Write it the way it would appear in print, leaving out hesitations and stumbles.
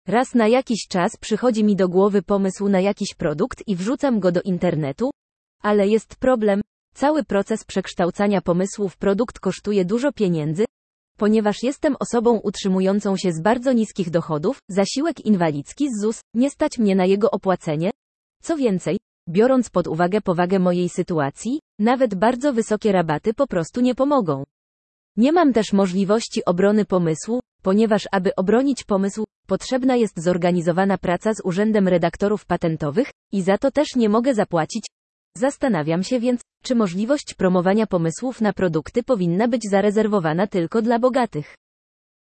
Raz na jakiś czas przychodzi mi do głowy pomysł na jakiś produkt i wrzucam go do internetu, ale jest problem. Cały proces przekształcania pomysłu w produkt kosztuje dużo pieniędzy, ponieważ jestem osobą utrzymującą się z bardzo niskich dochodów, zasiłek inwalidzki z ZUS, nie stać mnie na jego opłacenie. Co więcej, biorąc pod uwagę powagę mojej sytuacji, nawet bardzo wysokie rabaty po prostu nie pomogą. Nie mam też możliwości obrony pomysłu, ponieważ aby obronić pomysł, potrzebna jest zorganizowana praca z Urzędem Redaktorów Patentowych i za to też nie mogę zapłacić. Zastanawiam się więc, czy możliwość promowania pomysłów na produkty powinna być zarezerwowana tylko dla bogatych.